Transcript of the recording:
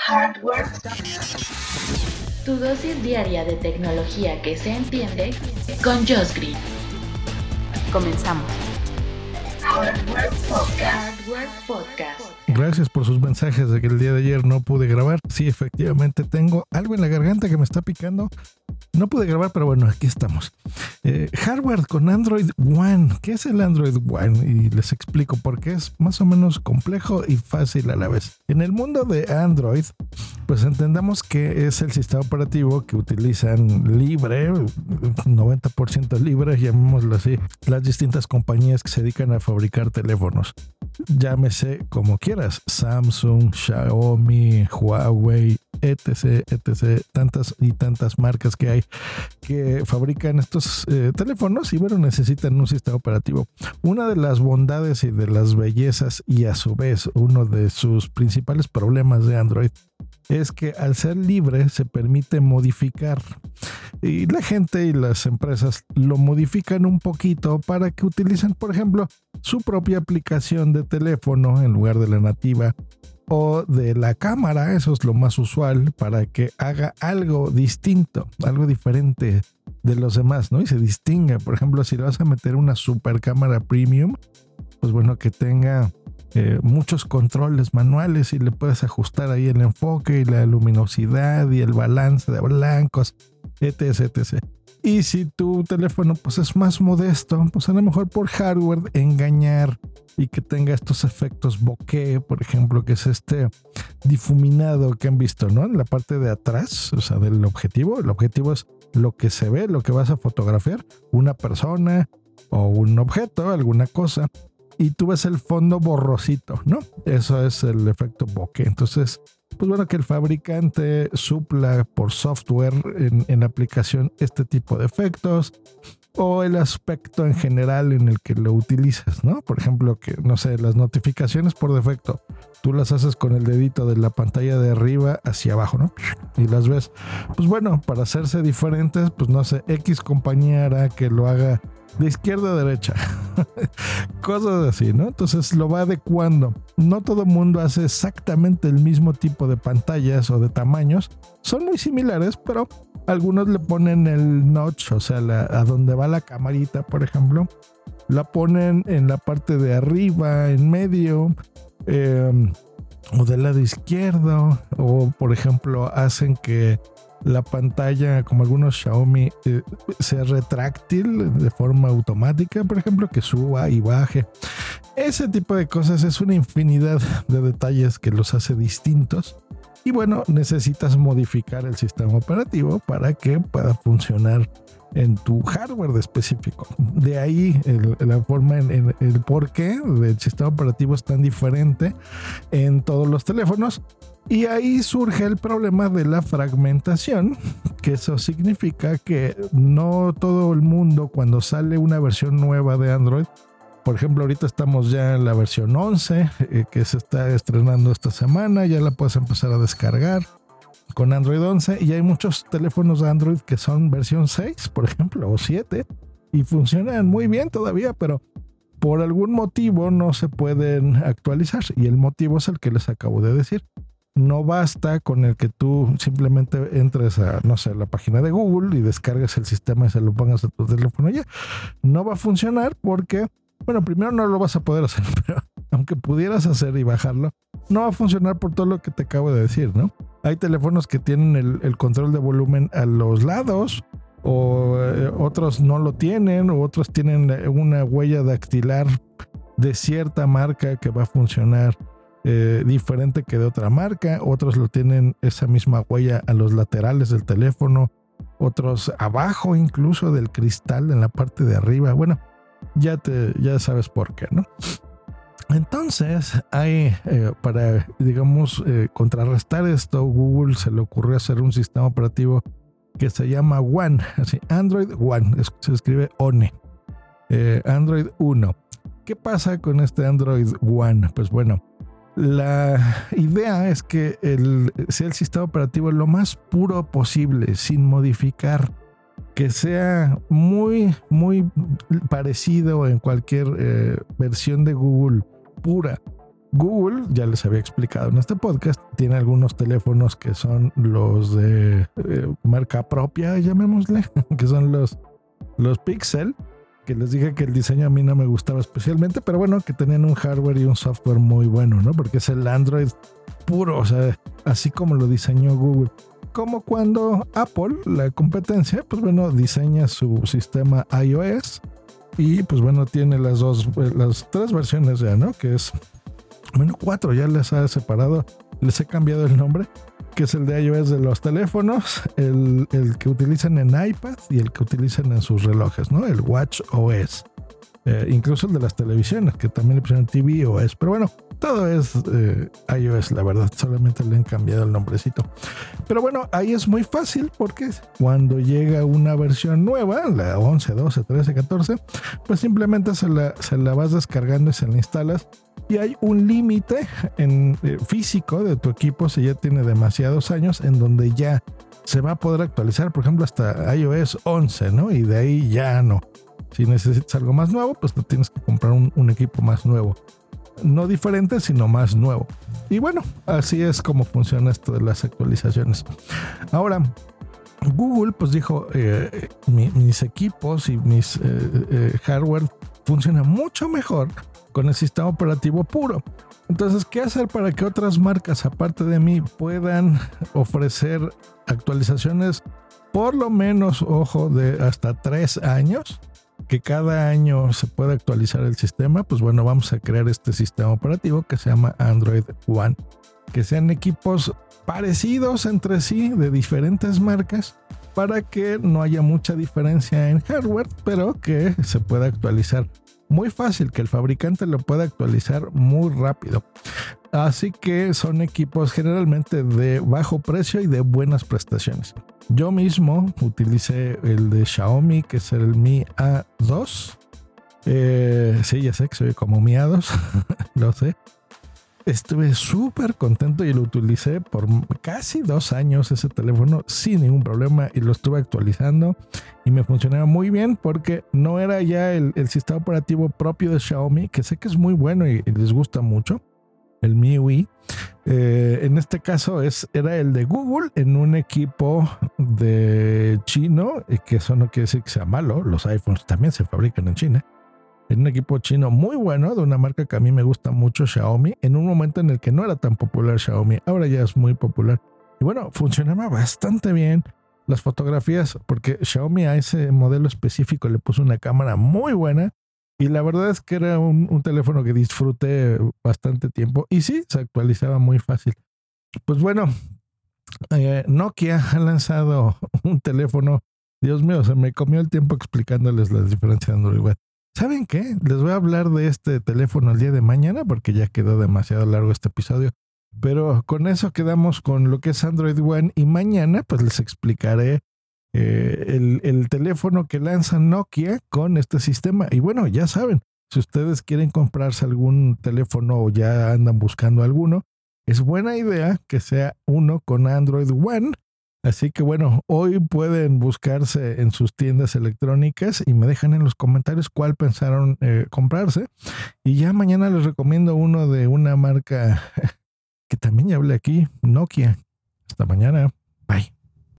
Hardware. Tu dosis diaria de tecnología que se entiende con Josh Green. Comenzamos. Hardware Podcast. Gracias por sus mensajes de que el día de ayer no pude grabar. Sí, efectivamente tengo algo en la garganta que me está picando. No pude grabar, pero bueno, aquí estamos. Hardware con Android One. ¿Qué es el Android One? Y les explico porque es más o menos complejo y fácil a la vez. En el mundo de Android, pues entendamos que es el sistema operativo que utilizan libre, 90% libre, llamémoslo así, las distintas compañías que se dedican a fabricar teléfonos. Llámese como quieras, Samsung, Xiaomi, Huawei, etc, tantas y tantas marcas que hay que fabrican estos teléfonos y bueno, necesitan un sistema operativo. Una de las bondades y de las bellezas y a su vez uno de sus principales problemas de Android es que al ser libre se permite modificar y la gente y las empresas lo modifican un poquito para que utilicen, por ejemplo, su propia aplicación de teléfono en lugar de la nativa o de la cámara. Eso es lo más usual, para que haga algo distinto, algo diferente de los demás, ¿no? Y se distinga. Por ejemplo, si le vas a meter una super cámara premium, pues bueno, que tenga muchos controles manuales y le puedes ajustar ahí el enfoque y la luminosidad y el balance de blancos, etc. Y si tu teléfono pues es más modesto, pues a lo mejor por hardware engañar y que tenga estos efectos bokeh, por ejemplo, que es este difuminado que han visto, ¿no? En la parte de atrás, o sea, del objetivo. El objetivo es lo que se ve, lo que vas a fotografiar, una persona o un objeto, alguna cosa, y tú ves el fondo borrosito, ¿no? Eso es el efecto bokeh. Entonces, pues bueno, que el fabricante supla por software en la aplicación este tipo de efectos o el aspecto en general en el que lo utilizas, ¿no? Por ejemplo, que, no sé, las notificaciones por defecto, tú las haces con el dedito de la pantalla de arriba hacia abajo, ¿no? Y las ves. Pues bueno, para hacerse diferentes, pues no sé, X compañía hará que lo haga de izquierda a derecha, cosas así, ¿no? Entonces lo va adecuando. No todo el mundo hace exactamente el mismo tipo de pantallas o de tamaños, son muy similares, pero algunos le ponen el notch, o sea, a donde va la camarita, por ejemplo, la ponen en la parte de arriba, en medio, o del lado izquierdo, o por ejemplo hacen que la pantalla, como algunos Xiaomi, sea retráctil de forma automática, por ejemplo, que suba y baje. Ese tipo de cosas es una infinidad de detalles que los hace distintos. Y bueno, necesitas modificar el sistema operativo para que pueda funcionar en tu hardware de específico. De ahí la forma, en el por qué del sistema operativo es tan diferente en todos los teléfonos. Y ahí surge el problema de la fragmentación, que eso significa que no todo el mundo, cuando sale una versión nueva de Android, por ejemplo, ahorita estamos ya en la versión 11, que se está estrenando esta semana, ya la puedes empezar a descargar con Android 11, y hay muchos teléfonos de Android que son versión 6, por ejemplo, o 7, y funcionan muy bien todavía, pero por algún motivo no se pueden actualizar, y el motivo es el que les acabo de decir. No basta con el que tú simplemente entres a, no sé, la página de Google y descargues el sistema y se lo pongas a tu teléfono ya. No va a funcionar porque, bueno, primero no lo vas a poder hacer, pero aunque pudieras hacer y bajarlo, no va a funcionar por todo lo que te acabo de decir, ¿no? Hay teléfonos que tienen el control de volumen a los lados, o otros no lo tienen, o otros tienen una huella dactilar de cierta marca que va a funcionar diferente que de otra marca. Otros lo tienen esa misma huella a los laterales del teléfono, otros abajo incluso del cristal en la parte de arriba. Bueno, ya sabes por qué, ¿no? Entonces hay para, digamos, contrarrestar esto, Google se le ocurrió hacer un sistema operativo que se llama One, así, Android One, se escribe ONE, Android 1. ¿Qué pasa con este Android One? Pues bueno, la idea es que sea el sistema operativo lo más puro posible, sin modificar, que sea muy, muy parecido en cualquier versión de Google pura Google, ya les había explicado en este podcast, tiene algunos teléfonos que son los de marca propia, llamémosle, que son los Pixel, que les dije que el diseño a mí no me gustaba especialmente, pero bueno, que tenían un hardware y un software muy bueno, ¿no? Porque es el Android puro, o sea, así como lo diseñó Google. Como cuando Apple, la competencia, pues bueno, diseña su sistema iOS y pues bueno, tiene las tres versiones ya, ¿no? Que es, bueno, 4, ya les ha separado, les he cambiado el nombre, que es el de iOS de los teléfonos, el que utilizan en iPad y el que utilizan en sus relojes, ¿no? El Watch OS. Incluso el de las televisiones, que también le pusieron TV OS. Pero bueno, todo es iOS, la verdad. Solamente le han cambiado el nombrecito. Pero bueno, ahí es muy fácil porque cuando llega una versión nueva, la 11, 12, 13, 14, pues simplemente se la vas descargando y se la instalas. Y hay un límite físico de tu equipo si ya tiene demasiados años, en donde ya se va a poder actualizar, por ejemplo, hasta iOS 11, ¿no? Y de ahí ya no. Si necesitas algo más nuevo, pues te tienes que comprar un equipo más nuevo. No diferente, sino más nuevo. Y bueno, así es como funciona esto de las actualizaciones. Ahora, Google pues dijo, mis equipos y mis hardware funcionan mucho mejor con el sistema operativo puro. Entonces, ¿qué hacer para que otras marcas, aparte de mí, puedan ofrecer actualizaciones por lo menos, ojo, de hasta 3 años? Que cada año se pueda actualizar el sistema. Pues bueno, vamos a crear este sistema operativo que se llama Android One. Que sean equipos parecidos entre sí, de diferentes marcas, para que no haya mucha diferencia en hardware, pero que se pueda actualizar muy fácil, que el fabricante lo pueda actualizar muy rápido. Así que son equipos generalmente de bajo precio y de buenas prestaciones. Yo mismo utilicé el de Xiaomi, que es el Mi A2. Sí, ya sé que soy como Mi A2, lo sé. Estuve súper contento y lo utilicé por casi 2 años ese teléfono sin ningún problema y lo estuve actualizando y me funcionaba muy bien porque no era ya el sistema operativo propio de Xiaomi, que sé que es muy bueno y les gusta mucho, el MIUI. En este caso era el de Google en un equipo de chino, que eso no quiere decir que sea malo, los iPhones también se fabrican en China. En un equipo chino muy bueno, de una marca que a mí me gusta mucho, Xiaomi, en un momento en el que no era tan popular Xiaomi, ahora ya es muy popular. Y bueno, funcionaba bastante bien las fotografías, porque Xiaomi a ese modelo específico le puso una cámara muy buena, y la verdad es que era un teléfono que disfruté bastante tiempo, y sí, se actualizaba muy fácil. Pues bueno, Nokia ha lanzado un teléfono, Dios mío, se me comió el tiempo explicándoles las diferencias de Android Web. ¿Saben qué? Les voy a hablar de este teléfono el día de mañana porque ya quedó demasiado largo este episodio. Pero con eso quedamos con lo que es Android One y mañana pues les explicaré el teléfono que lanza Nokia con este sistema. Y bueno, ya saben, si ustedes quieren comprarse algún teléfono o ya andan buscando alguno, es buena idea que sea uno con Android One. Así que bueno, hoy pueden buscarse en sus tiendas electrónicas y me dejan en los comentarios cuál pensaron comprarse. Y ya mañana les recomiendo uno de una marca que también ya hablé aquí, Nokia. Hasta mañana. Bye.